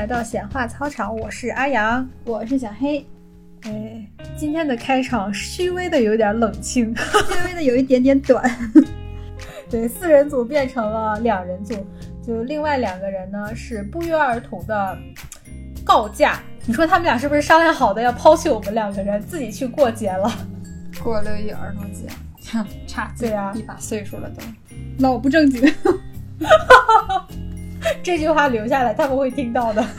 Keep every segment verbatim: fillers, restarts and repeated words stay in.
来到显化操场，我是阿阳， 我是小黑。 哎，今天的开场虚微的有点冷清， 虚微的有一点点短。 对，四人组变成了两人组，就另外两个人呢是不约而同的告假。你说他们俩是不是商量好的要抛弃我们两个人，自己去过节了？ 过六一儿童节，差对啊， 一把岁数了都，老不正经。 这句话留下来，他们会听到的。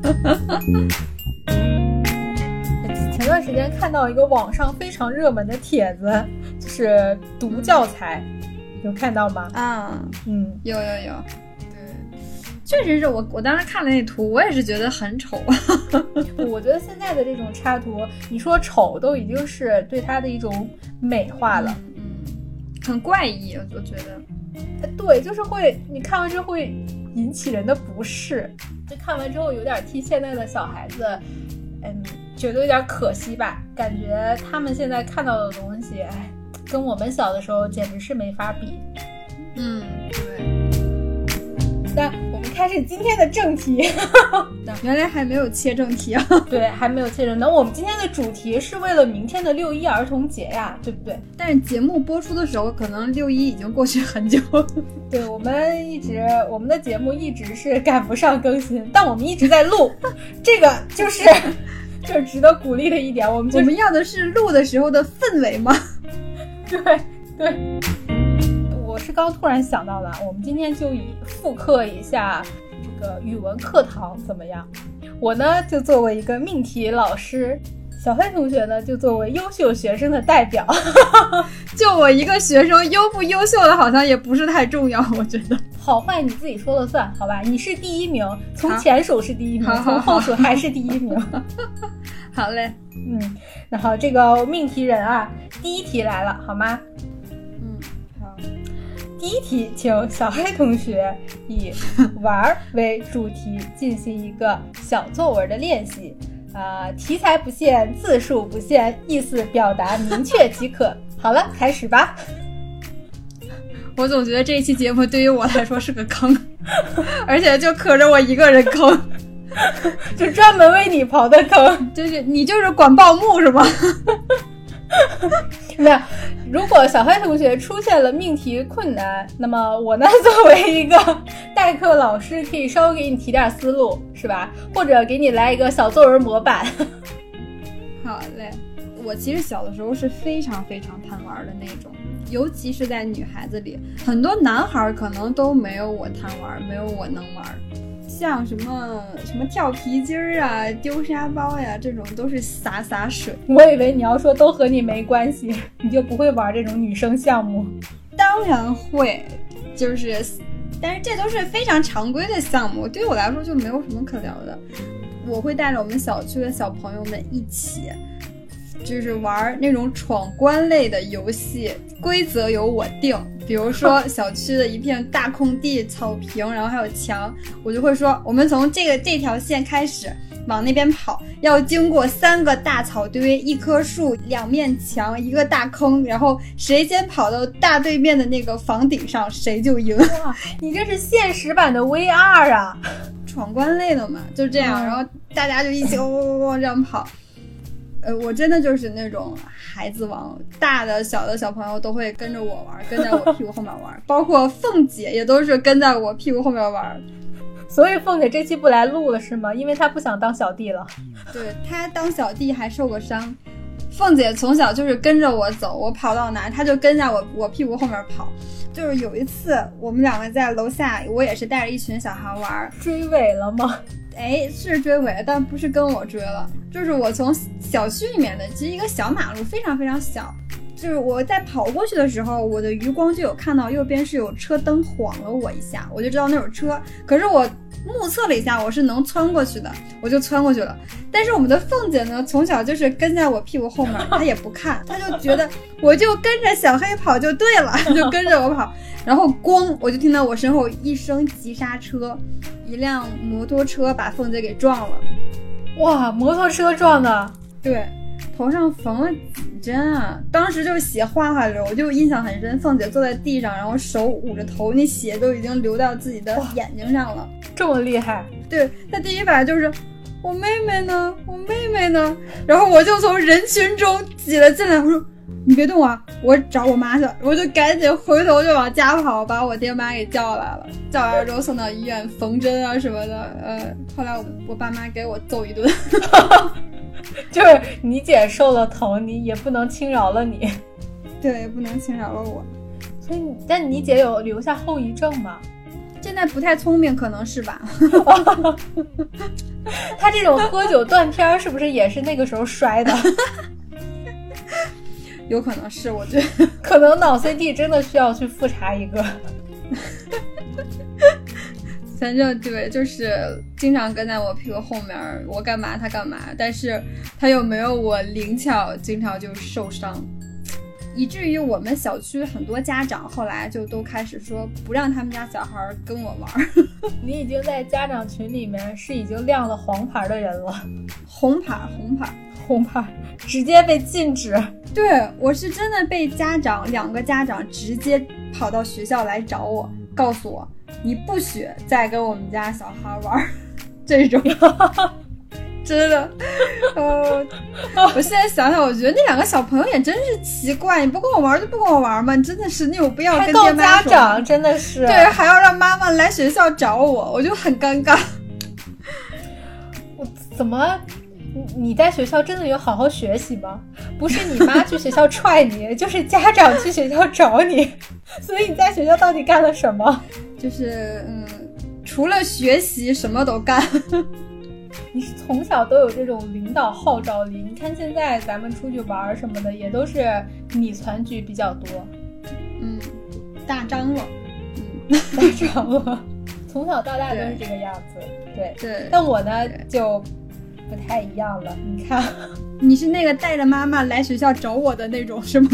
前段时间看到一个网上非常热门的帖子，就是读教材，有看到吗？ 啊， 嗯， 有有有，对，确实是我我当时看了那图，我也是觉得很丑。 我觉得现在的这种插图，你说丑都已经是对它的一种美化了， 嗯，嗯很怪异，我觉得。 对，就是会，你看完之后会引起人的不适，就看完之后有点替现在的小孩子，嗯，觉得有点可惜吧，感觉他们现在看到的东西，哎，跟我们小的时候简直是没法比。 嗯，对。 那我们开始今天的正题。 原来还没有切正题啊。 对，还没有切正题。那我们今天的主题是为了明天的六一儿童节呀，对不对？ 但是节目播出的时候可能六一已经过去很久。 对，我们一直我们的节目一直是赶不上更新，但我们一直在录。这个就是就是值得鼓励的一点。我们、就是、 我们要的是录的时候的氛围吗？ 对对，我是刚突然想到的，我们今天就以复刻一下这个语文课堂怎么样？我呢就作为一个命题老师，小黑同学呢就作为优秀学生的代表。 就我一个学生，优不优秀的好像也不是太重要，我觉得好坏你自己说了算，好吧？你是第一名，从前数是第一名，从后数还是第一名。 好嘞， 嗯，然后这个命题人啊，第一题来了，好吗？ 嗯，好。 第一题，请小黑同学以玩为主题进行一个小作文的练习，啊、呃，题材不限，字数不限，意思表达明确即可。好了，开始吧。 我总觉得这一期节目对于我来说是个坑，而且就可着我一个人坑， 就专门为你刨的坑， 就是你就是管报幕是吧？ 没有，如果小黑同学出现了命题困难，那么我呢作为一个代课老师，可以稍微给你提点思路，是吧？或者给你来一个小作文模板。 好嘞，我其实小的时候是非常非常贪玩的那种，尤其是在女孩子里，很多男孩可能都没有我贪玩，没有我能玩。像什么什么跳皮筋儿啊、丢沙包呀，这种都是洒洒水。 我以为你要说都和你没关系，你就不会玩这种女生项目。 当然会，就是，但是这都是非常常规的项目，对于我来说就没有什么可聊的。我会带着我们小区的小朋友们一起，就是玩那种闯关类的游戏，规则由我定。比如说小区的一片大空地、草坪，然后还有墙，我就会说我们从这个这条线开始往那边跑，要经过三个大草堆、一棵树、两面墙、一个大坑，然后谁先跑到大对面的那个房顶上谁就赢。 哇，你这是现实版的 V R 啊， 闯关类的嘛，就这样，然后大家就一起嗡嗡嗡这样跑。呃，我真的就是那种孩子王，大的小的小朋友都会跟着我玩，跟在我屁股后面玩，包括凤姐也都是跟在我屁股后面玩。 所以凤姐这期不来录了是吗？因为她不想当小弟了。 对，她当小弟还受过伤。凤姐从小就是跟着我走，我跑到哪她就跟在我我屁股后面跑。就是有一次我们两个在楼下，我也是带着一群小孩玩， 追尾了吗？ 哎，是追尾，但不是跟我追了，就是我从小区里面的，其实一个小马路，非常非常小，就是我在跑过去的时候，我的余光就有看到右边是有车灯晃了我一下，我就知道那有车，可是我目测了一下，我是能穿过去的，我就穿过去了。但是我们的凤姐呢，从小就是跟在我屁股后面，她也不看，她就觉得我就跟着小黑跑就对了，就跟着我跑。然后咣，我就听到我身后一声急刹车，一辆摩托车把凤姐给撞了。 哇，摩托车撞的？ 对，头上缝了几真啊，当时就血哗哗流，就印象很深。凤姐坐在地上，然后手捂着头，那血都已经流到自己的眼睛上了， 这么厉害。 对，她第一反应就是我妹妹呢，我妹妹呢，然后我就从人群中挤了进来，我说你别动啊，我找我妈去。我就赶紧回头就往家跑，把我爹妈给叫来了，叫来了之后送到医院缝针啊什么的。呃，后来 我, 我爸妈给我揍一顿。 就是你姐受了疼，你也不能轻饶了你。 对，不能轻饶了我。 所以但你姐有留下后遗症吗？ 现在不太聪明，可能是吧。 他这种喝酒断片是不是也是那个时候摔的？ 有可能是，我觉得可能脑 C D 真的需要去复查一个。 反正对，就是经常跟在我屁股后面，我干嘛他干嘛，但是他又没有我灵巧，经常就受伤，以至于我们小区很多家长后来就都开始说不让他们家小孩跟我玩。 你已经在家长群里面是已经亮了黄牌的人了。 红牌红牌红牌直接被禁止。 对，我是真的被家长两个家长直接跑到学校来找我，告诉我你不许再跟我们家小孩玩这种。真的。呃，我现在想想，我觉得那两个小朋友也真是奇怪，你不跟我玩就不跟我玩嘛，你真的是你有必要跟爹妈说。 家长真的是对，还要让妈妈来学校找我，我就很尴尬。 我怎么你在学校真的有好好学习吗？不是你妈去学校踹你，就是家长去学校找你。所以你在学校到底干了什么？ 就是嗯，除了学习什么都干。 你是从小都有这种领导号召力，你看现在咱们出去玩什么的也都是你团局比较多。 嗯，大张了。 嗯，大张了。从小到大都是这个样子。对对, 对， 但我呢就不太一样了。你看你是那个带着妈妈来学校找我的那种是吗？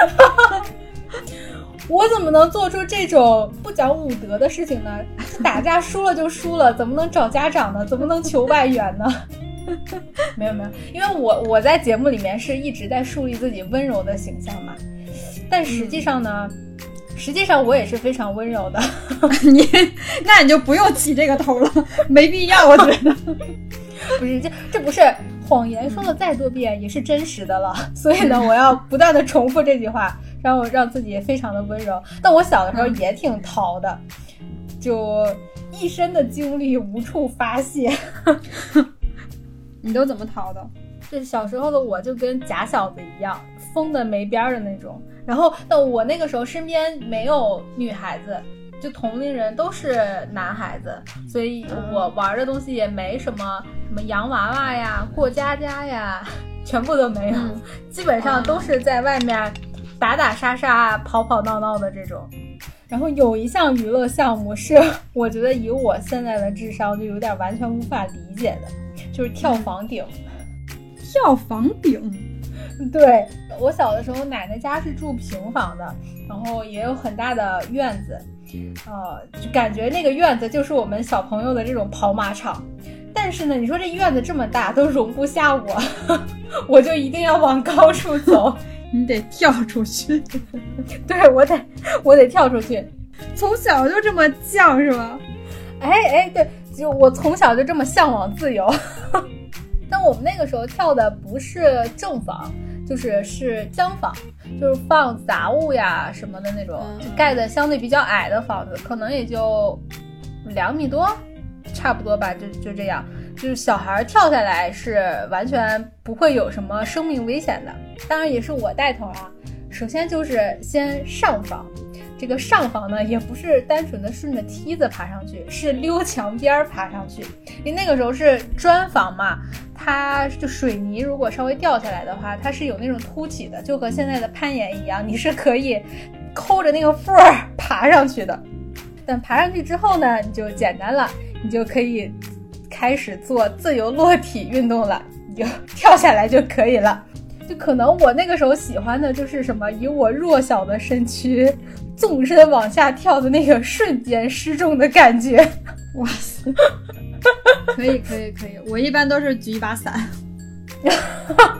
我怎么能做出这种不讲武德的事情呢？打架输了就输了，怎么能找家长呢？怎么能求外援呢？没有没有，因为我我在节目里面是一直在树立自己温柔的形象嘛，但实际上呢、嗯、实际上我也是非常温柔的。 你那你就不用起这个头了，没必要，我觉得。 不是，这这不是谎言说了再多遍也是真实的了，所以呢我要不断的重复这句话，让我让自己非常的温柔。但我小的时候也挺淘的，就一身的精力无处发泄。 你都怎么淘的？ 这小时候的我就跟假小子一样，疯的没边的那种。然后但我那个时候身边没有女孩子，就同龄人都是男孩子，所以我玩的东西也没什么什么洋娃娃呀、过家家呀，全部都没有、嗯、基本上都是在外面打打杀杀、跑跑闹闹的这种。然后有一项娱乐项目是我觉得以我现在的智商就有点完全无法理解的，就是跳房顶。 跳房顶？ 对，我小的时候奶奶家是住平房的，然后也有很大的院子，呃，就感觉那个院子就是我们小朋友的这种跑马场。但是呢，你说这院子这么大都容不下我，我就一定要往高处走。 你得跳出去。 对，我得我得跳出去。 从小就这么犟是吧？ 哎哎，对，就我从小就这么向往自由。但我们那个时候跳的不是正房，就是是厢房，就是放杂物呀什么的那种，就盖的相对比较矮的房子，可能也就两米多，差不多吧，就就这样。就是小孩跳下来是完全不会有什么生命危险的，当然也是我带头啊。首先就是先上房，这个上房呢也不是单纯的顺着梯子爬上去，是溜墙边爬上去。因为那个时候是砖房嘛，它就水泥如果稍微掉下来的话，它是有那种凸起的，就和现在的攀岩一样，你是可以抠着那个缝儿爬上去的。但爬上去之后呢，你就简单了，你就可以开始做自由落体运动了，你就跳下来就可以了。就可能我那个时候喜欢的就是什么，以我弱小的身躯纵身往下跳的那个瞬间失重的感觉。 哇塞，可以可以可以，我一般都是举一把伞。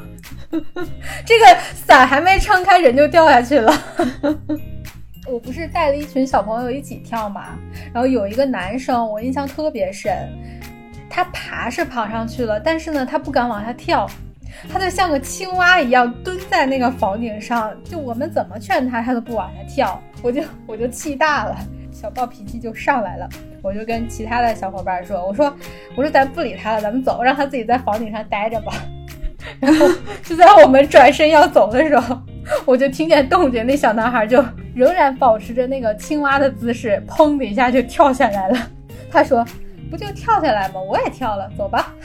这个伞还没撑开人就掉下去了。我不是带了一群小朋友一起跳嘛，然后有一个男生我印象特别深，他爬是爬上去了，但是呢他不敢往下跳，他就像个青蛙一样蹲在那个房顶上，就我们怎么劝他他都不往下跳，我就我就气大了，小暴脾气就上来了。我就跟其他的小伙伴说，我说我说咱不理他了，咱们走，让他自己在房顶上待着吧。然后就在我们转身要走的时候，我就听见动静，那小男孩就仍然保持着那个青蛙的姿势，砰的一下就跳下来了。他说不就跳下来吗？我也跳了，走吧。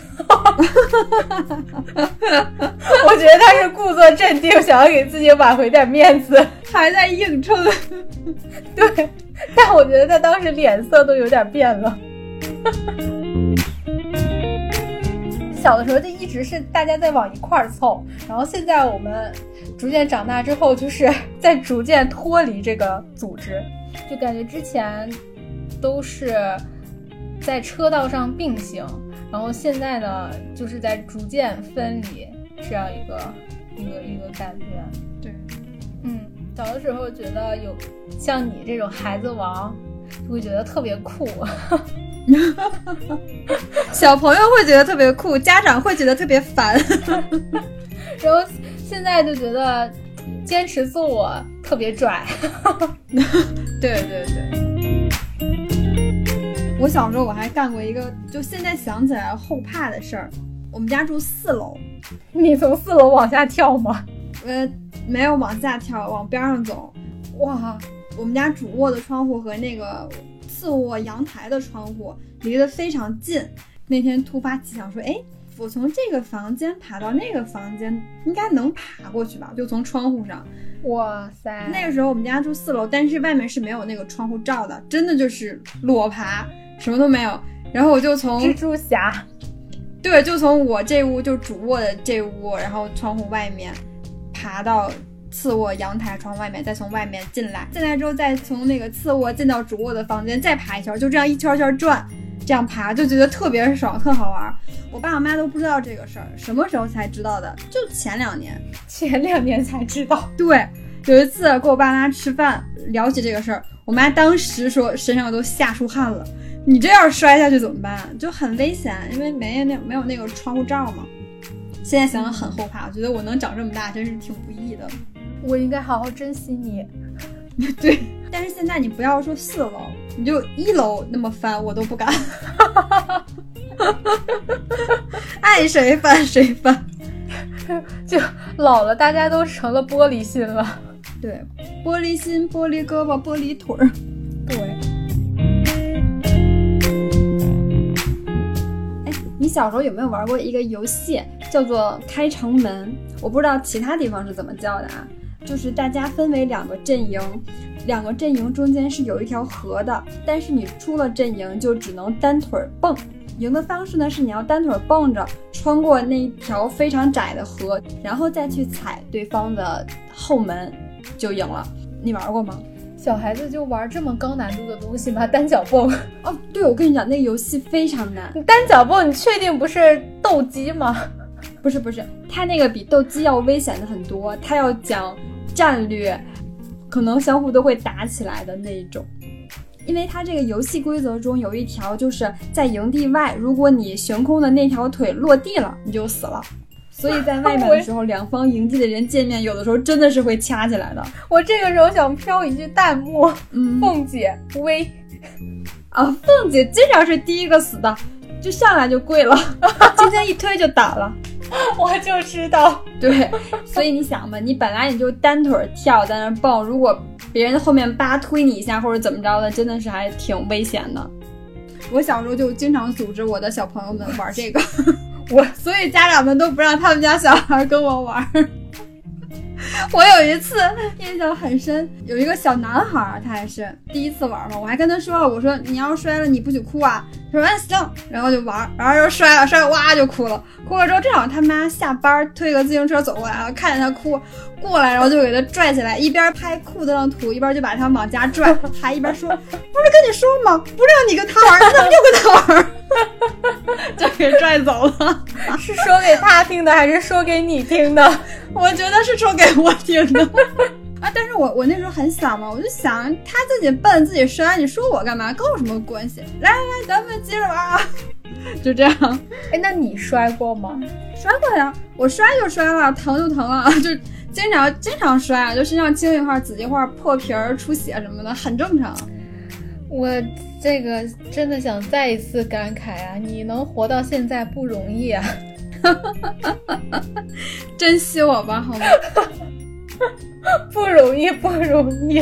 我觉得他是故作镇定，想要给自己挽回点面子， 还在硬撑。 对，但我觉得他当时脸色都有点变了。小的时候就一直是大家在往一块儿凑，然后现在我们逐渐长大之后，就是在逐渐脱离这个组织，就感觉之前都是在车道上并行，然后现在呢就是在逐渐分离，这样一个一个一个感觉。 对， 嗯，小的时候觉得有像你这种孩子王就会觉得特别酷。 小朋友会觉得特别酷，家长会觉得特别烦。 然后现在就觉得坚持做我特别拽。 对对对，我小时候我还干过一个就现在想起来后怕的事儿。我们家住四楼， 你从四楼往下跳吗？ 呃，没有往下跳，往边上走。 哇， 我们家主卧的窗户和那个次卧阳台的窗户离得非常近。那天突发奇想说，哎，我从这个房间爬到那个房间应该能爬过去吧，就从窗户上。 哇塞， 那个时候我们家住四楼，但是外面是没有那个窗户罩的，真的就是裸爬，什么都没有。然后我就从蜘蛛侠， 对，就从我这屋就主卧的这屋，然后窗户外面爬到次卧阳台窗外面，再从外面进来，进来之后再从那个次卧进到主卧的房间，再爬一圈，就这样一圈圈转，这样爬就觉得特别爽，特好玩。我爸我妈都不知道这个事儿，什么时候才知道的？就前两年， 前两年才知道。 对，有一次跟我爸妈吃饭聊起这个事儿，我妈当时说身上都吓出汗了，你这要是摔下去怎么办？就很危险，因为没那没有那个窗户罩嘛。现在想想很后怕，我觉得我能长这么大真是挺不易的。 我应该好好珍惜你。 对，但是现在你不要说四楼，你就一楼那么翻我都不敢。爱谁翻谁翻。 就老了大家都成了玻璃心了。 对，玻璃心，玻璃胳膊，玻璃腿儿。 对。 你小时候有没有玩过一个游戏叫做开城门？我不知道其他地方是怎么叫的啊，就是大家分为两个阵营，两个阵营中间是有一条河的，但是你出了阵营就只能单腿蹦。赢的方式呢是你要单腿蹦着穿过那一条非常窄的河，然后再去踩对方的后门就赢了。你玩过吗？ 小孩子就玩这么高难度的东西吗？单脚蹦？ 哦，对，我跟你讲，那个游戏非常难。 你单脚蹦，你确定不是斗鸡吗？ 不是不是，它那个比斗鸡要危险的很多，它要讲战略，可能相互都会打起来的那一种。因为它这个游戏规则中有一条，就是在营地外，如果你悬空的那条腿落地了，你就死了。所以在外面的时候，两方营地的人见面，有的时候真的是会掐起来的。 我这个时候想飘一句弹幕， 嗯， 凤姐威啊，凤姐经常是第一个死的，就上来就跪了，轻轻一推就倒了。 我就知道， 对，所以你想吧，你本来你就单腿跳在那蹦，如果别人后面扒推你一下或者怎么着的，真的是还挺危险的。我小时候就经常组织我的小朋友们玩这个。我所以家长们都不让他们家小孩跟我玩。我有一次印象很深，有一个小男孩，他还是第一次玩嘛，我还跟他说了，我说你要摔了你不许哭啊，他说行，然后就玩，然后就摔了，摔了哇就哭了，哭了之后正好他妈下班推个自行车走过来了，看见他哭过来，然后就给他拽起来，一边拍裤子上土，一边就把他往家拽，还一边说不是跟你说吗，不让你跟他玩，你怎么就跟他玩。 就给拽走了。 是说给他听的还是说给你听的？ 我觉得是说给我听的。啊！但是我我那时候很小嘛，我就想他自己笨自己摔，你说我干嘛？跟我什么关系？来来，咱们接着玩啊！就这样。 哎，那你摔过吗？ 摔过呀，我摔就摔了，疼就疼了，就经常经常摔啊，就身上青一块紫一块破皮儿出血什么的，很正常。 我这个真的想再一次感慨啊，你能活到现在不容易啊！ 珍惜我吧，好吗？ 不容易，不容易。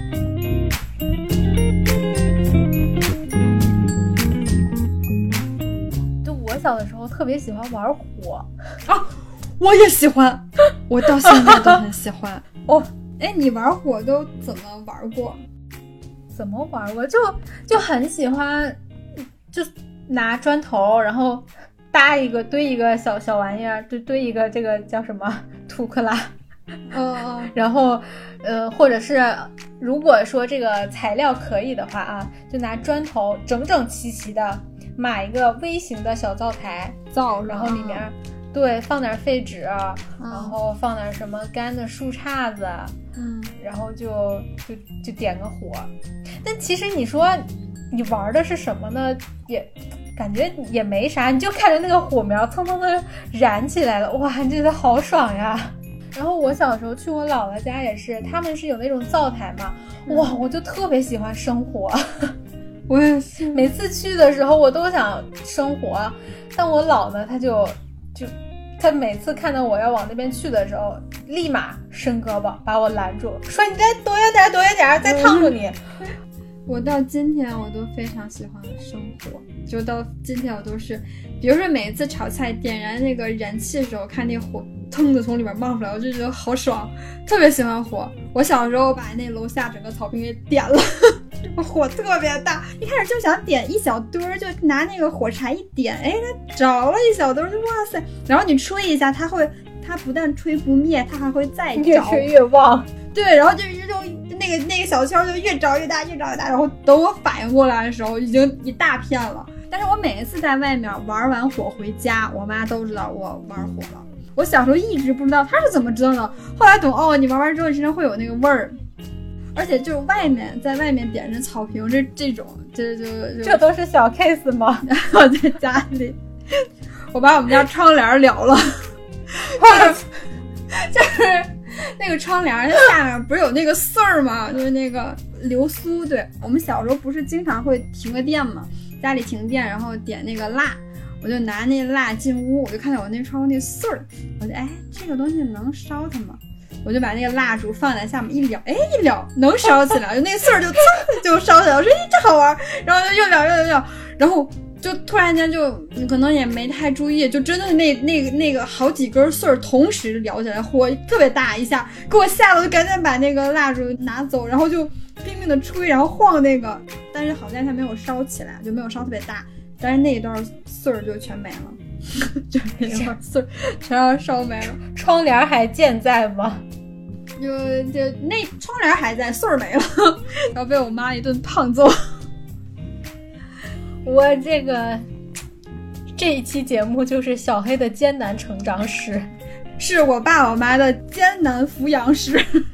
就我小的时候特别喜欢玩火啊，我也喜欢，我到现在都很喜欢。 哦， 哎，你玩火都怎么玩过？ 怎么玩过？就就很喜欢，就拿砖头，然后搭一个堆一个小小玩意儿，就堆一个这个叫什么土克拉。 嗯嗯， 然后，呃，或者是如果说这个材料可以的话啊，就拿砖头整整齐齐的买一个微型的小灶台， 灶， 然后里面、啊、对放点废纸、啊嗯， 然后放点什么干的树杈子， 嗯， 然后就就就点个火。但其实你说你玩的是什么呢？也感觉也没啥，你就看着那个火苗蹭蹭的燃起来了，哇，你觉得好爽呀！然后我小时候去我姥姥家也是，他们是有那种灶台嘛，哇，我就特别喜欢生火。 我也是， 每次去的时候我都想生火，但我姥呢，他就就他每次看到我要往那边去的时候，立马伸胳膊把我拦住，说你再躲远点，躲远点，再烫着你。 我到今天我都非常喜欢生火，就到今天我都是，比如说每次炒菜点燃那个燃气的时候，看那火腾的从里面冒出来，我就觉得好爽，特别喜欢火。我小时候把那楼下整个草坪给点了，火特别大，一开始就想点一小堆儿，就拿那个火柴一点，哎，它着了一小堆儿，就哇塞！然后你吹一下，它会，它不但吹不灭，它还会再着， 越吹越旺。 对，然后就就那个那个小圈就越着越大，越着越大，然后等我反应过来的时候，已经一大片了。但是我每一次在外面玩完火回家，我妈都知道我玩火了。我小时候一直不知道她是怎么知道的，后来懂哦，你玩完之后你身上会有那个味儿，而且就是外面在外面点着草坪这这种，这就这都是小 case 吗？ 然后在家里，我把我们家窗帘撩了，就是那个窗帘它下面不是有那个穗儿吗？就是那个流苏。对，我们小时候不是经常会停个电吗？家里停电，然后点那个蜡。我就拿那蜡进屋，我就看到我那窗户那穗儿，我就哎，这个东西能烧它吗？我就把那个蜡烛放在下面一燎，哎，一燎能烧起来，就那个穗儿就噌就烧起来。我说，哎，这好玩，然后就越燎越燎，然后就突然间就可能也没太注意，就真的那那个那个好几根穗儿同时燎起来，火特别大一下，给我吓得我就赶紧把那个蜡烛拿走，然后就拼命的吹，然后晃那个，但是好在它没有烧起来，就没有烧特别大。但是那一段穗儿就全没了，就那一段穗儿全让烧没了。 窗帘还健在吗？ 就就那窗帘还在，穗儿没了，然后被我妈一顿胖揍。 我这个这一期节目就是小黑的艰难成长史， 是我爸我妈的艰难抚养史。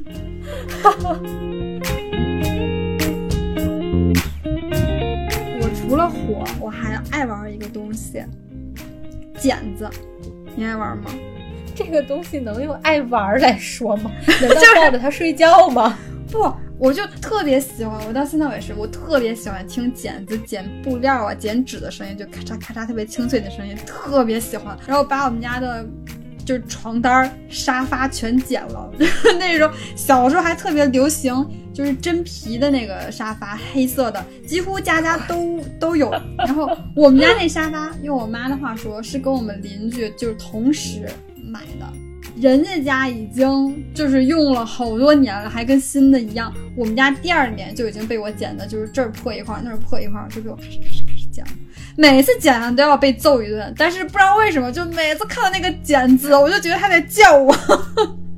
除了火，我还爱玩一个东西，剪子。你爱玩吗？ 这个东西能用爱玩来说吗？难道抱着它睡觉吗？ 不，我就特别喜欢，我到现在也是，我特别喜欢听剪子剪布料啊、剪纸的声音，就咔嚓咔嚓特别清脆的声音，特别喜欢。然后把我们家的就是床单、沙发全剪了，那种小时候还特别流行。就是真皮的那个沙发，黑色的，几乎家家都都有。然后我们家那沙发，用我妈的话说，是跟我们邻居就是同时买的，人家家已经就是用了好多年了，还跟新的一样。我们家第二年就已经被我剪的，就是这儿破一块，那儿破一块，就被我开始开始开始剪了。每次剪完都要被揍一顿，但是不知道为什么，就每次看到那个剪子，我就觉得他在叫我。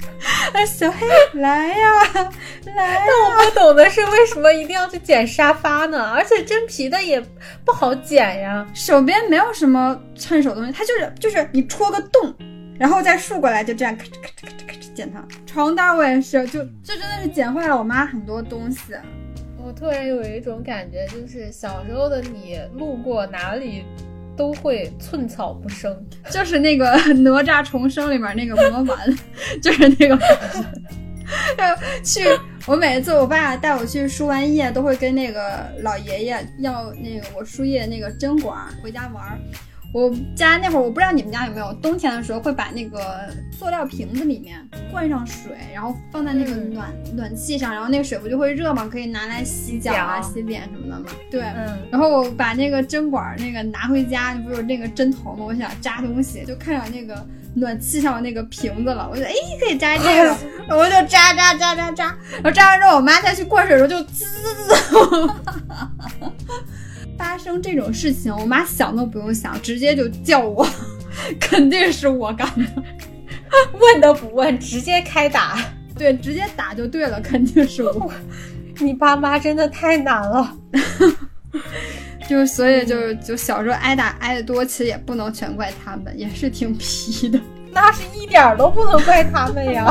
小黑来呀来呀。 但我不懂的是为什么一定要去捡沙发呢？而且真皮的也不好捡呀， 手边没有什么趁手东西，它就是就是你戳个洞，然后再竖过来，就这样咔哧咔哧咔哧咔哧捡它。床单我也是，就这真的是捡坏了我妈很多东西。 我突然有一种感觉，就是小时候的你路过哪里都会寸草不生， 就是那个哪吒重生里面那个魔丸，就是那个去我每次我爸带我去输完液都会跟那个老爷爷要那个我输液那个针管回家玩。我家那会儿我不知道你们家有没有，冬天的时候会把那个塑料瓶子里面灌上水，然后放在那个暖、嗯、暖气上，然后那个水不就会热吗？可以拿来洗脚啊洗脸什么的嘛。对、嗯、然后我把那个针管那个拿回家，不是那个针头吗？我想扎东西，就看上那个暖气上那个瓶子了，我就哎可以扎这个我就扎扎扎扎扎，然后扎完之后我妈再去灌水的时候就滋滋滋发生这种事情我妈想都不用想，直接就叫我，肯定是我干的， 问都不问直接开打。 对，直接打就对了，肯定是我。 你爸妈真的太难了就所以就就小时候挨打挨得多，其实也不能全怪他们，也是挺皮的。 那是一点都不能怪他们呀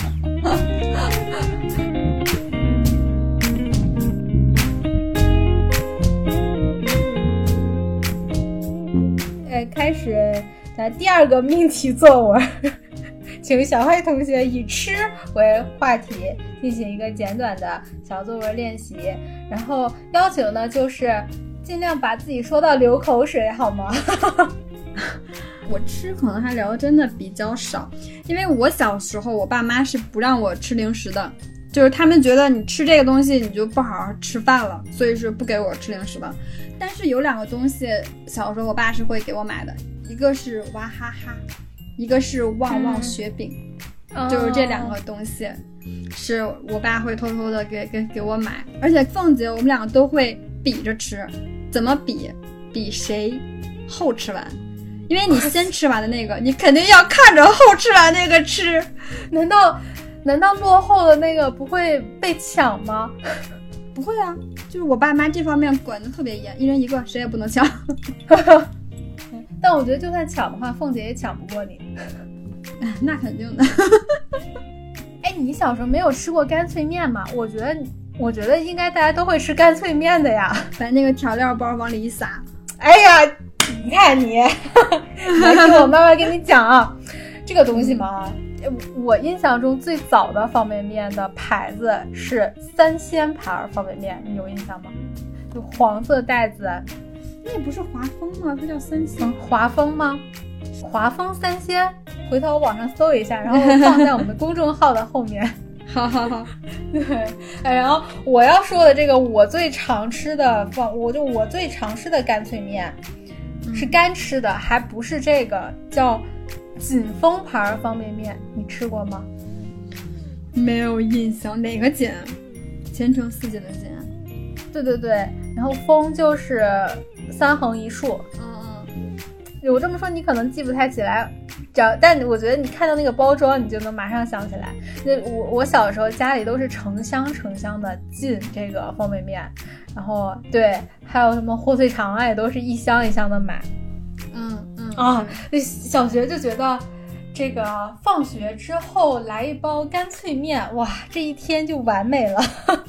开始咱第二个命题作文，请小黑同学以吃为话题进行一个简短的小作文练习，然后要求呢就是尽量把自己说到流口水好吗我吃可能还聊的真的比较少，因为我小时候我爸妈是不让我吃零食的，就是他们觉得你吃这个东西你就不好好吃饭了，所以是不给我吃零食的。但是有两个东西小时候我爸是会给我买的，一个是娃哈哈，一个是旺旺雪饼、嗯、就是这两个东西是我爸会偷偷的给给给我买。而且凤姐我们两个都会比着吃，怎么比？比谁后吃完，因为你先吃完的那个你肯定要看着后吃完那个吃。 难道难道落后的那个不会被抢吗？ 不会啊，就是我爸妈这方面管得特别严，一人一个谁也不能抢但我觉得就算抢的话凤姐也抢不过你那肯定的哎，你小时候没有吃过干脆面吗？我觉得我觉得应该大家都会吃干脆面的呀， 把那个调料包往里一撒。 哎呀你看你来听我慢慢跟你讲啊这个东西嘛、嗯，我印象中最早的方便面的牌子是三鲜牌方便面，你有印象吗？就黄色袋子。 那不是华丰吗？它叫三鲜、 嗯、华丰吗？华丰三鲜，回头网上搜一下，然后放在我们的公众号的后面好好好对，哎，然后我要说的这个我最常吃的放我就我最常吃的干脆面、嗯、是干吃的，还不是这个，叫锦丰牌方便面，你吃过吗？ 没有印象。哪个锦？前程似锦的锦。 对对对，然后丰就是三横一竖。 嗯嗯，我这么说你可能记不太起来，但我觉得你看到那个包装你就能马上想起来。那我我小时候家里都是成箱成箱的进这个方便面，然后对，还有什么火腿肠啊也都是一箱一箱的买。 嗯嗯啊，小学就觉得这个放学之后来一包干脆面，哇，这一天就完美了。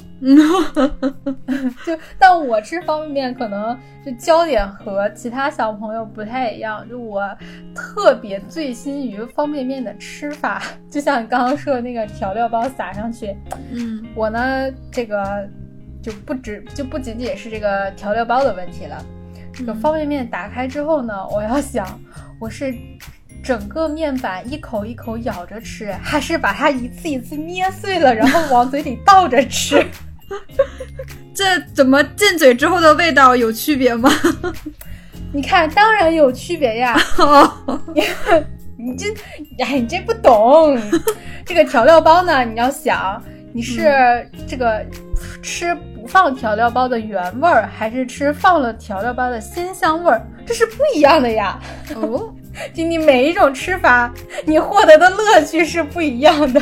就但我吃方便面可能就焦点和其他小朋友不太一样，就我特别醉心于方便面的吃法，就像你刚刚说的那个调料包撒上去。 嗯， 我呢这个就不止就不仅仅是这个调料包的问题了，这个方便面打开之后呢，我要想我是整个面板一口一口咬着吃，还是把它一次一次捏碎了然后往嘴里倒着吃。 这怎么进嘴之后的味道有区别吗？ 你看当然有区别呀。你这哎你这不懂。这个调料包呢，你要想你是这个吃不放调料包的原味儿，还是吃放了调料包的鲜香味儿，这是不一样的呀。 哦， 就你每一种吃法你获得的乐趣是不一样的。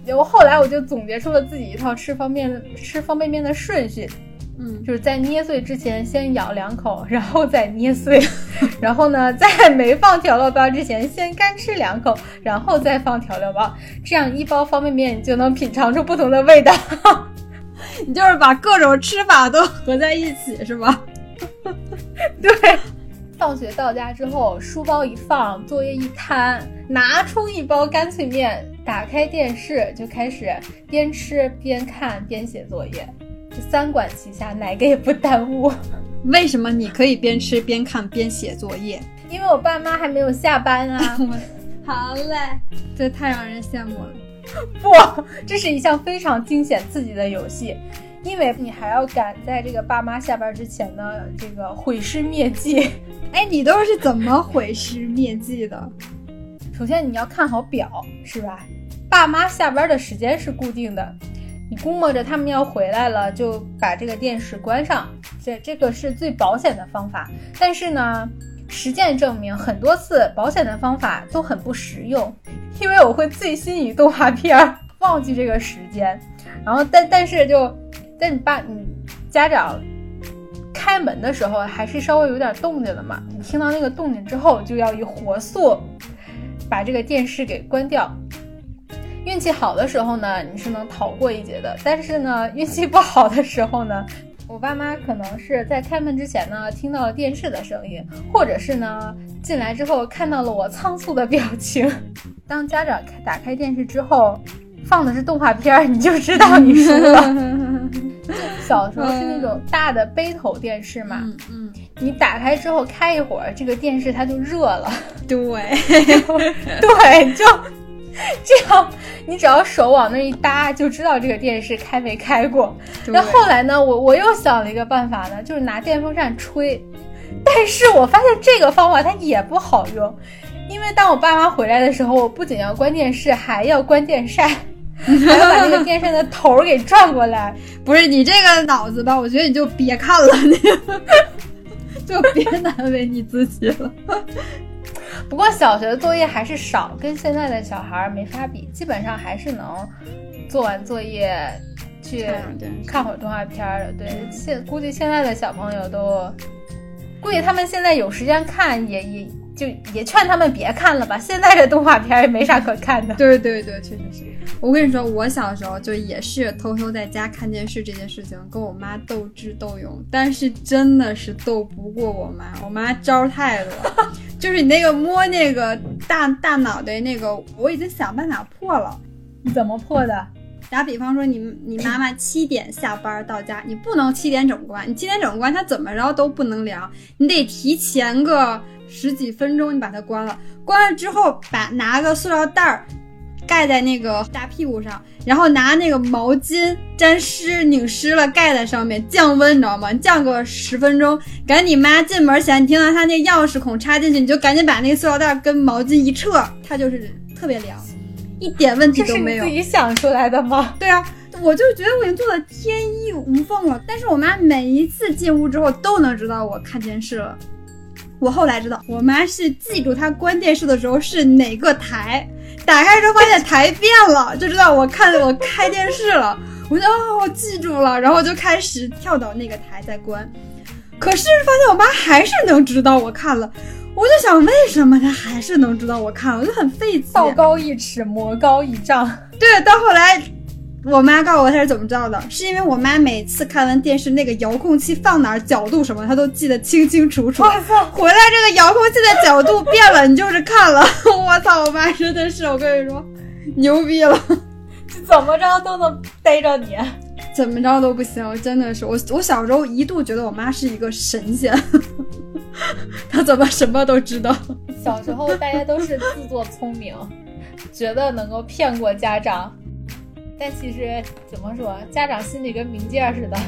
我后来我就总结出了自己一套吃方便吃方便面的顺序， 嗯， 就是在捏碎之前先咬两口，然后再捏碎，然后呢，在没放调料包之前先干吃两口，然后再放调料包，这样一包方便面就能品尝出不同的味道。 你就是把各种吃法都合在一起，是吧？ 对。放学到家之后，书包一放，作业一摊，拿出一包干脆面，打开电视就开始边吃边看边写作业，这三管齐下，哪个也不耽误。 为什么你可以边吃边看边写作业？ 因为我爸妈还没有下班啊。 好嘞，这太让人羡慕了。 不，这是一项非常惊险刺激的游戏，因为你还要赶在这个爸妈下班之前呢，这个毁尸灭迹。 哎，你都是怎么毁尸灭迹的？ 首先你要看好表，是吧？爸妈下班的时间是固定的，你估摸着他们要回来了，就把这个电视关上，这这个是最保险的方法。但是呢，实践证明很多次保险的方法都很不实用，因为我会醉心于动画片，忘记这个时间。然后但但是就在你爸你家长开门的时候还是稍微有点动静的嘛，你听到那个动静之后就要以火速把这个电视给关掉。运气好的时候呢，你是能逃过一劫的，但是呢运气不好的时候呢，我爸妈可能是在开门之前呢听到了电视的声音，或者是呢进来之后看到了我仓促的表情。当家长打开电视之后放的是动画片，你就知道你输了。小时候是那种大的背头电视嘛， 嗯嗯， 你打开之后开一会儿，这个电视它就热了。 对， 对，就这样，你只要手往那一搭，就知道这个电视开没开过。然后后来呢，我我又想了一个办法呢，就是拿电风扇吹。但是我发现这个方法它也不好用，因为当我爸妈回来的时候，我不仅要关电视，还要关电扇。还要把那个电扇的头给转过来。 不是你这个脑子吧，我觉得你就别看了，你就别难为你自己了。 不过小学的作业还是少，跟现在的小孩没法比，基本上还是能做完作业去看会儿动画片的。对，现估计现在的小朋友都，估计他们现在有时间看也也就也劝他们别看了吧，现在这动画片也没啥可看的。 对对对，确实是。我跟你说，我小时候就也是偷偷在家看电视这件事情跟我妈斗智斗勇，但是真的是斗不过我妈，我妈招太多了。就是你那个摸那个大大脑袋那个，我已经想办法破了。 你怎么破的？ 打比方说你你妈妈七点下班到家，你不能七点整关，你七点整关它怎么着都不能凉，你得提前个十几分钟你把它关了，关了之后把拿个塑料袋儿盖在那个大屁股上，然后拿那个毛巾沾湿拧湿了盖在上面，降温，你知道吗？降个十分钟，赶紧你妈进门前你听到她那钥匙孔插进去，你就赶紧把那个塑料袋跟毛巾一撤，它就是特别凉，一点问题都没有。 这是你自己想出来的吗？ 对啊，我就觉得我已经做的天衣无缝了，但是我妈每一次进屋之后都能知道我看电视了。我后来知道我妈是记住她关电视的时候是哪个台，打开之后发现台变了，就知道我看我开电视了。我就哦，我记住了，然后就开始跳到那个台再关。可是发现我妈还是能知道我看了，我就想为什么她还是能知道我看了，我就很费解。 道高一尺，魔高一丈。 对，到后来我妈告诉我她是怎么知道的，是因为我妈每次看完电视那个遥控器放哪儿角度什么她都记得清清楚楚。 我操， 回来这个遥控器的角度变了你就是看了。我操，我妈真的是，我跟你说牛逼了， 怎么着都能逮着你， 怎么着都不行，真的是我我小时候一度觉得我妈是一个神仙。她怎么什么都知道。 小时候大家都是自作聪明，觉得能够骗过家长，但其实怎么说，家长心里跟冥界似的。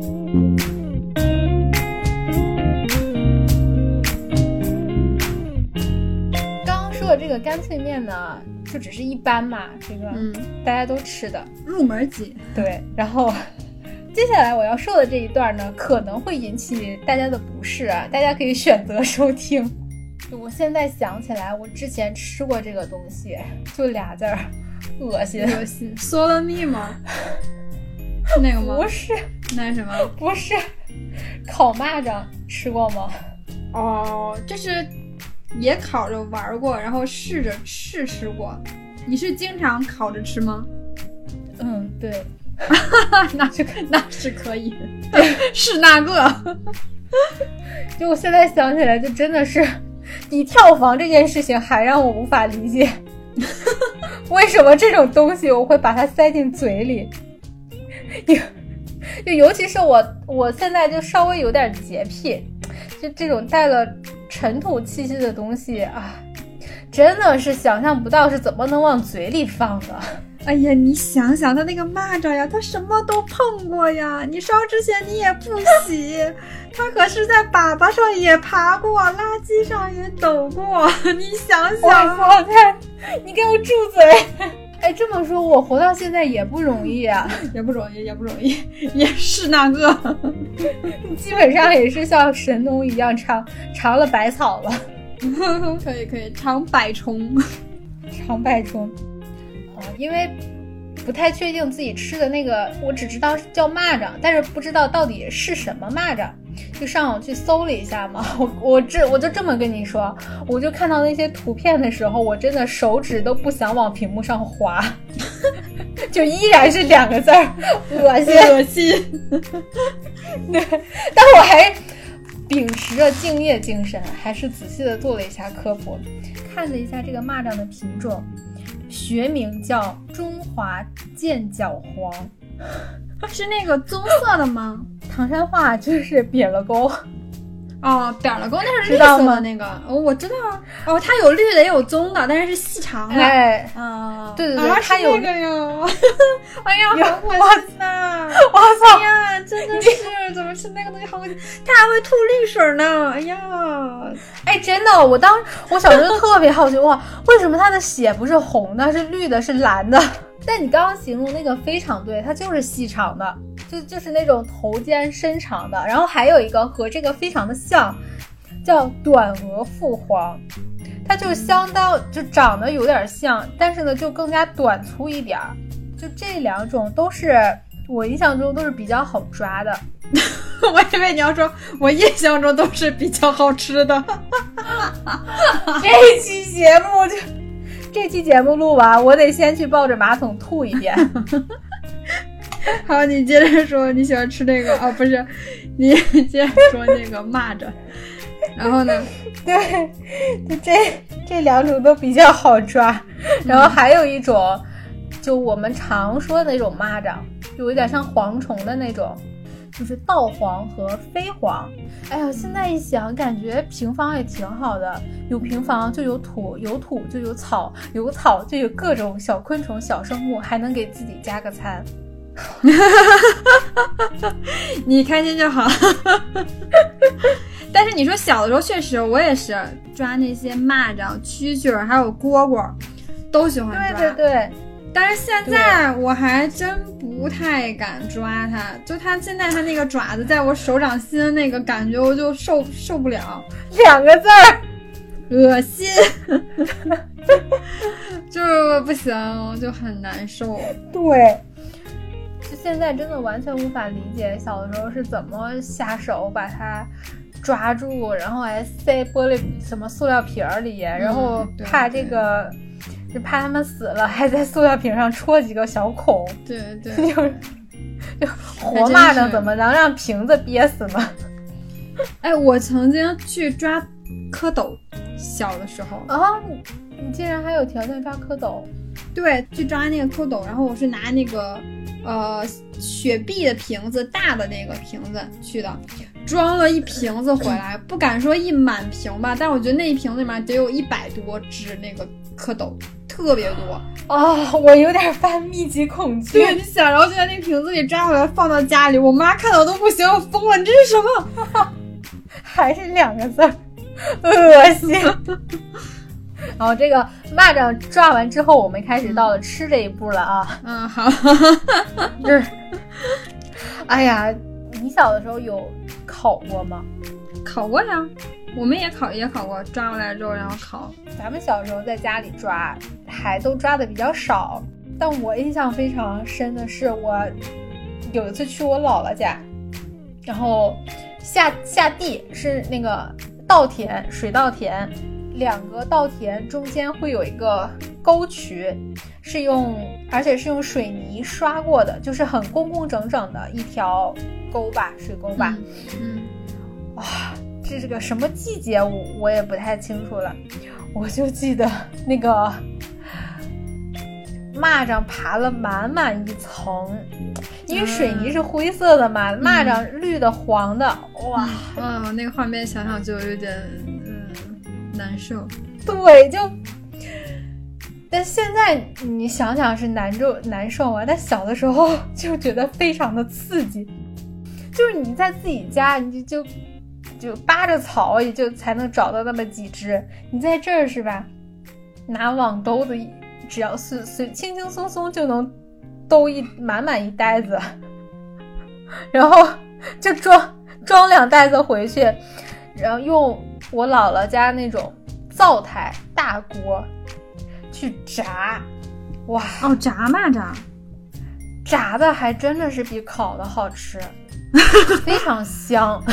刚刚说的这个干脆面呢，就只是一般嘛，这个、嗯、大家都吃的入门级。 对，然后接下来我要说的这一段呢，可能会引起大家的不适啊，大家可以选择收听。我现在想起来，我之前吃过这个东西，就俩字儿， 恶心恶心。Solo me 吗？是那个吗？ 不是， 那是什么？ 不是，烤蚂蚱吃过吗？ 哦，就是也烤着玩过，然后试着试吃过。你是经常烤着吃吗？ 嗯，对。 那是那是可以，是那个。 就我现在想起来，就真的是比跳房这件事情还让我无法理解，为什么这种东西我会把它塞进嘴里。就尤其是我，我现在就稍微有点洁癖，就这种带了尘土气息的东西啊，真的是想象不到是怎么能往嘴里放的。 哎呀，你想想他那个蚂蚱呀，他什么都碰过呀，你烧之前你也不洗，他可是在粑粑上也爬过，垃圾上也抖过，你想想。 我操他，你给我住嘴。哎，这么说我活到现在也不容易啊。 也不容易也不容易，也是那个。 基本上也是像神农一样尝尝了百草了。 可以可以，尝百虫。 尝百虫。因为不太确定自己吃的那个，我只知道叫蚂蚱，但是不知道到底是什么蚂蚱，就上网去搜了一下嘛。我我这我就这么跟你说，我就看到那些图片的时候，我真的手指都不想往屏幕上滑，就依然是两个字儿，恶心恶心。 对，但我还秉持着敬业精神，还是仔细的做了一下科普，看了一下这个蚂蚱的品种。学名叫中华剑角黄， 是那个棕色的吗？ 唐山话就是瘪了沟。 哦，扁了沟那是绿色的那个，哦，我知道啊。哦，它有绿的也有棕的，但是是细长的。 哎， 啊， 对对对， 啊、 它有那个呀。哎呀，好恶心呐！ 我操！ 哎呀，真的是，怎么吃那个东西好恶心？它还会吐绿水呢！哎呀， 哎，真的，我当我小时候特别好奇，哇，为什么它的血不是红的，是绿的，是蓝的？但你刚刚形容那个非常对，它就是细长的。就就是那种头尖身长的，然后还有一个和这个非常的像，叫短额腹黄，它就相当就长得有点像，但是呢就更加短粗一点，就这两种都是我印象中都是比较好抓的。 我以为你要说我印象中都是比较好吃的。 这期节目就这期节目录完，我得先去抱着马桶吐一遍。 好，你接着说你喜欢吃那个哦，不是，你接着说那个蚂蚱。然后呢？ 对，就这这两种都比较好抓。然后还有一种，嗯、就我们常说的那种蚂蚱，就有点像蝗虫的那种，就是稻黄和飞黄。哎呀，现在一想，感觉平房也挺好的，有平房就有土，有土就有草，有草就有各种小昆虫、小生物，还能给自己加个餐。 你开心就好。但是你说小的时候确实我也是抓那些蚂蚱、蛐蛐还有蝈蝈都喜欢抓。 对对对， 但是现在我还真不太敢抓它，就它现在它那个爪子在我手掌心的那个感觉我就受受不了， 两个字儿恶心。就是不行，就很难受。 对，就现在真的完全无法理解小的时候是怎么下手把它抓住，然后还塞玻璃什么塑料瓶里，然后怕这个、嗯、就怕他们死了，还在塑料瓶上戳几个小孔。 对对， 就是就活蚂蚱怎么能让瓶子憋死呢？ 哎，我曾经去抓蝌蚪，小的时候啊，你你竟然还有条件抓蝌蚪？ 对，去抓那个蝌蚪，然后我是拿那个呃雪碧的瓶子，大的那个瓶子去的，装了一瓶子回来，不敢说一满瓶吧，但我觉得那一瓶里面得有一百多只那个蝌蚪，特别多啊、哦！我有点犯密集恐惧。 对，你想，然后就在那个瓶子里抓回来放到家里，我妈看到都不行，我疯了，你这是什么？ 还是两个字儿，恶心。然后这个蚂蚱抓完之后，我们开始到了吃这一步了啊。 嗯，好。 就是，哎呀，你小的时候有烤过吗？ 烤过呀，我们也烤也烤过，抓回来之后然后烤。 咱们小时候在家里抓，还都抓的比较少， 但我印象非常深的是，我有一次去我姥姥家，然后下下地是那个稻田，水稻田，两个稻田中间会有一个沟渠，是用而且是用水泥刷过的，就是很工工整整的一条沟吧，水沟吧。 嗯， 哇、嗯，这是个什么季节我我也不太清楚了，我就记得那个蚂蚱爬了满满一层，因为水泥是灰色的嘛，嗯、蚂蚱绿的黄的，哇， 嗯、哦，那个画面想想就有点嗯难受。 对，就但现在你想想是难受难受啊，但小的时候就觉得非常的刺激，就是你在自己家你就就就扒着草也就才能找到那么几只，你在这儿是吧，拿网兜子只要随随轻轻松松就能兜一满满一袋子，然后就装装两袋子回去，然后用我姥姥家那种灶台大锅去炸。哇哦，炸蚂蚱， 炸的还真的是比烤的好吃，非常香。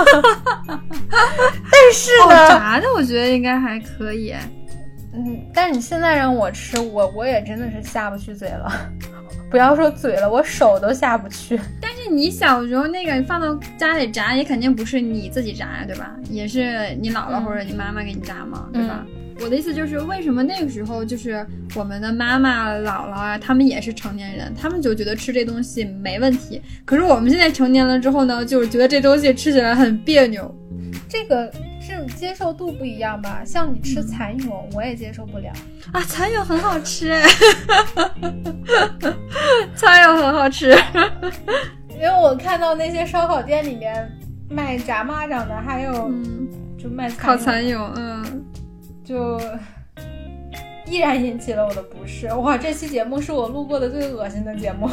但是呢、 哦、炸的我觉得应该还可以。 嗯，但是你现在让我吃，我我也真的是下不去嘴了。不要说嘴了，我手都下不去。 但是你小时候那个放到家里炸，也肯定不是你自己炸呀，对吧？也是你姥姥或者你妈妈给你炸嘛，嗯、对吧？我的意思就是，为什么那个时候就是我们的妈妈、姥姥啊，他们也是成年人，他们就觉得吃这东西没问题。可是我们现在成年了之后呢，就是觉得这东西吃起来很别扭。 这个是接受度不一样吧？像你吃蚕蛹，嗯、我也接受不了啊。蚕蛹很好吃，蚕蛹很好吃。 因为我看到那些烧烤店里面卖炸蚂蚱的，还有、嗯、就卖烤蚕蛹，嗯。 就依然引起了我的不适。哇，这期节目是我录过的最恶心的节目，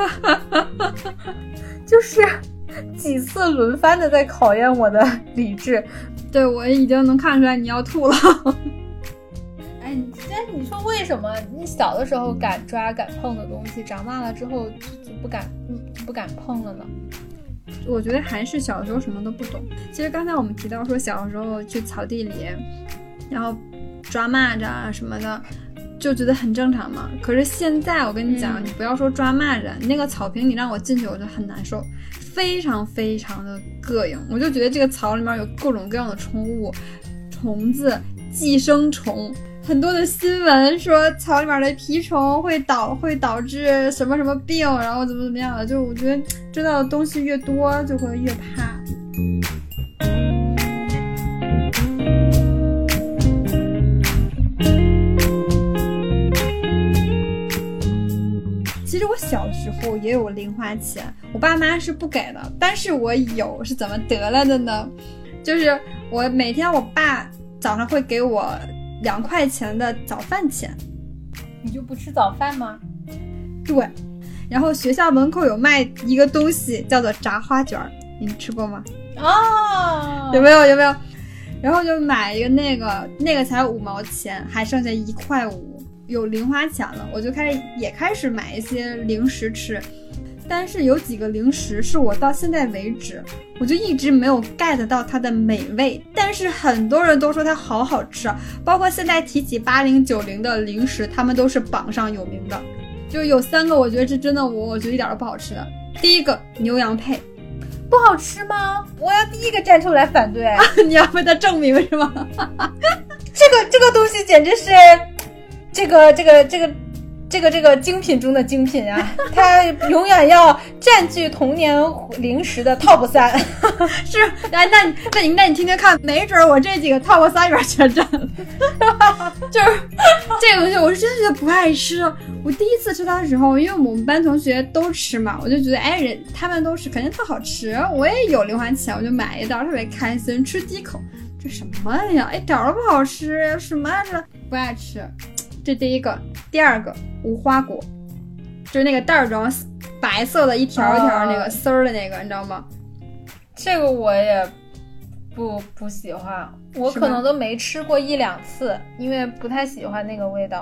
就是几次轮番的在考验我的理智。 对，我已经能看出来你要吐了。 哎，但你说为什么你小的时候敢抓敢碰的东西，长大了之后就不敢就不敢碰了呢？ 我觉得还是小时候什么都不懂。其实刚才我们提到说小时候去草地里然后抓蚂蚱啊什么的，就觉得很正常嘛。可是现在我跟你讲、嗯、你不要说抓蚂蚱，你那个草坪你让我进去我就很难受，非常非常的膈应。我就觉得这个草里面有各种各样的宠物，虫子、寄生虫，很多的新闻说草里面的蜱虫会导会导致什么什么病，然后怎么怎么样的，就我觉得知道的东西越多就会越怕。其实我小时候也有零花钱，我爸妈是不给的，但是我有，是怎么得来的呢？就是我每天我爸早上会给我两块钱的早饭钱。 你就不吃早饭吗？ 对，然后学校门口有卖一个东西叫做炸花卷，你吃过吗？ 哦， 有没有有没有？然后就买一个那个，那个才五毛钱，还剩下一块五。有零花钱了，我就开始也开始买一些零食吃，但是有几个零食是我到现在为止我就一直没有 get 到它的美味，但是很多人都说它好好吃，包括现在提起八零九零的零食，他们都是榜上有名的。就有三个我觉得是真的我我觉得一点都不好吃的。第一个牛羊配， 不好吃吗？我要第一个站出来反对。 你要为它证明是吗？ 这个这个东西简直是这个这个这个这个这个精品中的精品啊！它永远要占据童年零食的 top 三。 是，哎，那那你那你听听看，没准我这几个 top 三里边全占了。就是这个东西，我是真的觉得不爱吃。我第一次吃它的时候，因为我们班同学都吃嘛，我就觉得哎，人他们都吃，肯定特好吃。我也有零花钱，我就买一袋，特别开心。吃第一口，这什么呀？一点都不好吃，什么呀？不爱吃。这第一个。第二个无花果，就是那个袋装白色的一条一条那个丝儿的那个、哦、你知道吗？ 这个我也不不喜欢，我可能都没吃过一两次，因为不太喜欢那个味道。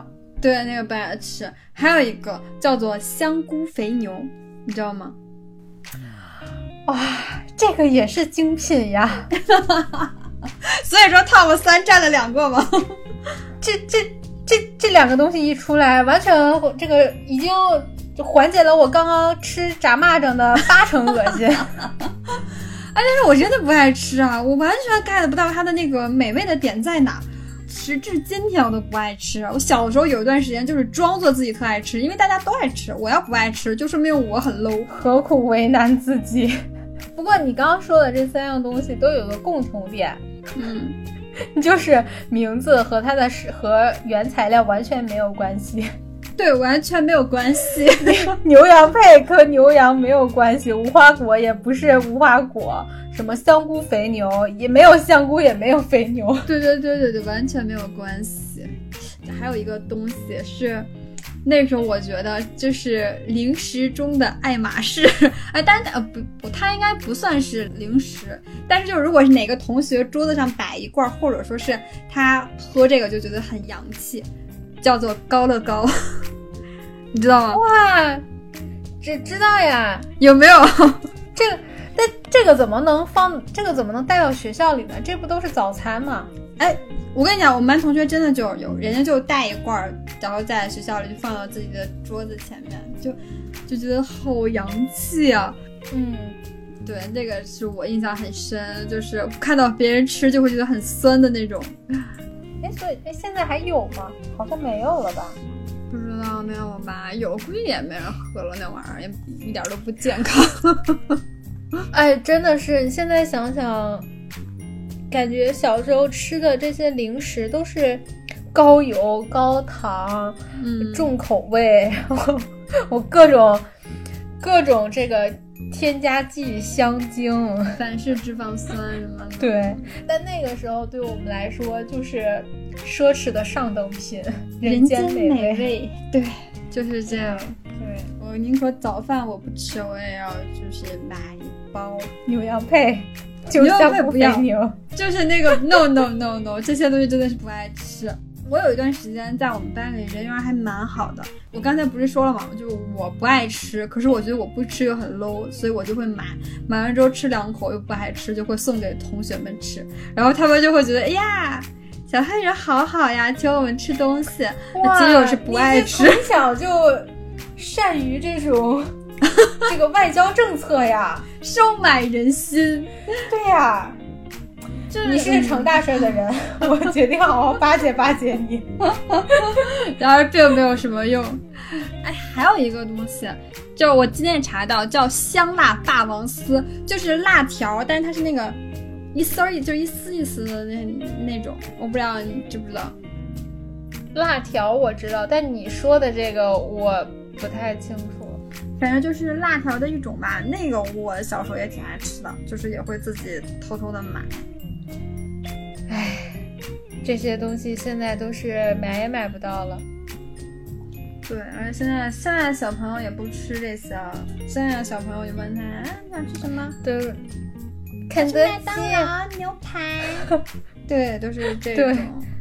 对，那个不爱吃。还有一个叫做香菇肥牛，你知道吗？ 哇，这个也是精品呀。 所以说 top 三占了两个吗？ 这这这这两个东西一出来，完全这个已经缓解了我刚刚吃炸蚂蚱的八成恶心。 哎，但是我真的不爱吃啊，我完全 get 不到它的那个美味的点在哪。时至今天我都不爱吃。我小的时候有一段时间就是装作自己特爱吃，因为大家都爱吃，我要不爱吃就说明我很 low， 何苦为难自己。不过你刚刚说的这三样东西都有个共同点， 嗯， 就是名字和它的和原材料完全没有关系。 对，完全没有关系。 牛羊配和牛羊没有关系，无花果也不是无花果，什么香菇肥牛也没有香菇，也没有肥牛。 对对对对对，完全没有关系。还有一个东西是那时候我觉得就是零食中的爱马仕。哎，但呃不不，它应该不算是零食，但是就是如果是哪个同学桌子上摆一罐，或者说是他喝这个就觉得很洋气，叫做高乐高。你知道吗？ 哇，只知道呀。 有没有这个？但这个怎么能放？这个怎么能带到学校里呢？这不都是早餐吗？ 哎，我跟你讲，我们班同学真的就有人家就带一罐，然后在学校里就放到自己的桌子前面，就就觉得好洋气啊。 嗯， 对，这个是我印象很深，就是看到别人吃就会觉得很酸的那种。 哎，所以哎，现在还有吗？好像没有了吧？ 不知道，没有吧？有，估计也没人喝了，那玩意儿也一点都不健康。 哎，真的是，现在想想，感觉小时候吃的这些零食都是高油、高糖、 嗯、 重口味，我我各种各种这个添加剂、香精、 反式脂肪酸什么的。 对，但那个时候对我们来说就是奢侈的上等品，人间美味, 美味。对，就是这样。 对， 我宁可早饭我不吃，我也要就是买一包牛羊配，就香菇肥牛， 就是那个 no no no no， 这些东西真的是不爱吃。我有一段时间在我们班里人缘还蛮好的，我刚才不是说了吗？就我不爱吃，可是我觉得我不吃又很 low， 所以我就会买，买完之后吃两口又不爱吃，就会送给同学们吃，然后他们就会觉得，哎呀，小黑人好好呀，请我们吃东西。其实我是不爱吃。 从小就善于这种这个外交政策呀， 收买人心。 对呀。你是个成大事的人，嗯、我决定好好巴结巴结你。 然而并没有什么用。哎，还有一个东西，就我今天查到叫香辣霸王丝，就是辣条，但是它是那个一丝儿就一丝一丝的那那种，我不知道你知不知道。 辣条我知道，但你说的这个我不太清楚。 反正就是辣条的一种吧，那个我小时候也挺爱吃的，就是也会自己偷偷的买。 唉，这些东西现在都是买也买不到了。 对，而且现在现在小朋友也不吃这些了。现在小朋友就问他，啊，你想吃什么？ 都肯德基、 麦当劳、牛排。对，都是这种。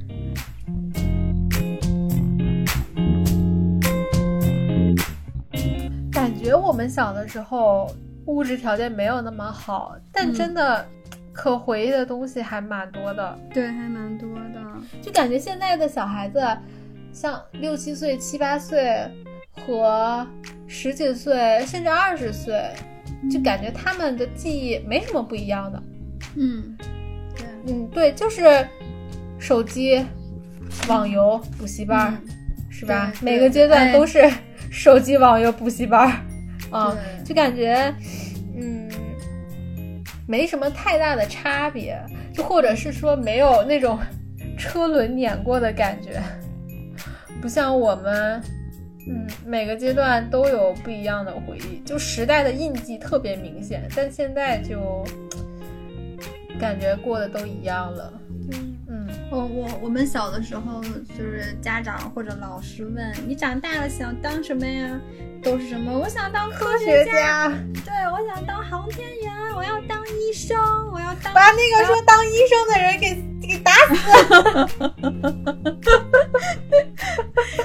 感觉我们小的时候物质条件没有那么好，但真的。嗯可回忆的东西还蛮多的， 对，还蛮多的。 就感觉现在的小孩子，像六七岁、七八岁和十几岁甚至二十岁，就感觉他们的记忆没什么不一样的。 嗯， 对，嗯，对，就是手机、网游、补习班，嗯、是吧？每个阶段都是手机、网游、补习班，啊、嗯，就感觉，嗯。没什么太大的差别，就或者是说没有那种车轮碾过的感觉，不像我们，嗯，每个阶段都有不一样的回忆，就时代的印记特别明显，但现在就感觉过得都一样了。 嗯嗯，我我我们小的时候，就是家长或者老师问你长大了想当什么呀？都是什么？我想当科学家，对，我想当航天员，我要当医生，我要当把那个说当医生的人给给打死。 就是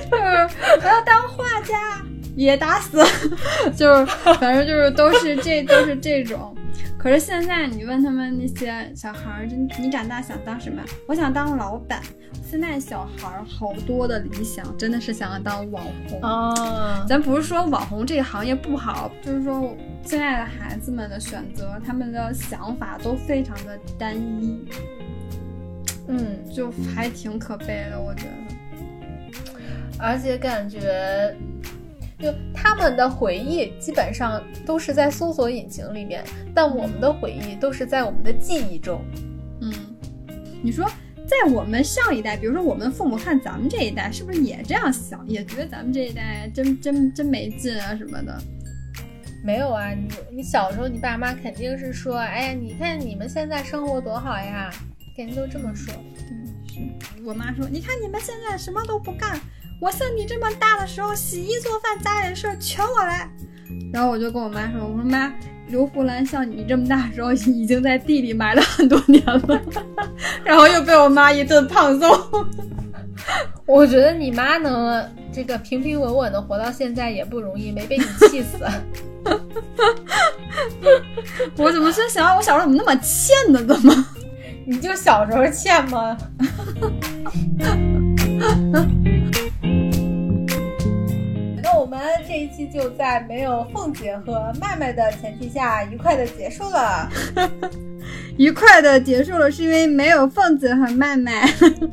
我要当画家，也打死，就是反正就是都是这都是这种。可是现在你问他们那些小孩，你长大想当什么？我想当老板。现在小孩好多的理想真的是想要当网红啊！ 咱不是说网红这个行业不好，就是说现在的孩子们的选择，他们的想法都非常的单一， 嗯， 就还挺可悲的，我觉得。 而且感觉，就他们的回忆基本上都是在搜索引擎里面，但我们的回忆都是在我们的记忆中。 嗯，你说。在我们上一代，比如说我们父母看咱们这一代，是不是也这样想，也觉得咱们这一代真真真没劲啊什么的？ 没有啊，你你小时候你爸妈肯定是说，哎呀，你看你们现在生活多好呀，肯定都这么说。 嗯，是我妈说，你看你们现在什么都不干，我像你这么大的时候，洗衣做饭家里的事全我来。然后我就跟我妈说，我说妈，刘胡兰像你这么大的时候已经在地里埋了很多年了，然后又被我妈一顿胖揍。 我觉得你妈能这个平平稳稳的活到现在也不容易，没被你气死。 我怎么是想我小时候怎么那么欠呢？怎么？ 你就小时候欠吗？那我们这一期就在没有凤姐和麦麦的前提下愉快的结束了。 愉快的结束了是因为没有凤姐和麦麦。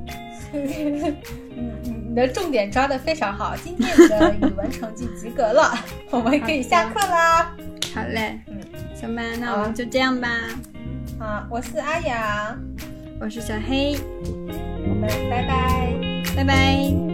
你的重点抓得非常好，今天你的语文成绩及格了，我们可以下课啦。 好嘞，嗯，行吧，那我们就这样吧。 啊，我是阿雅， 我是小黑， 我们拜拜， 拜拜。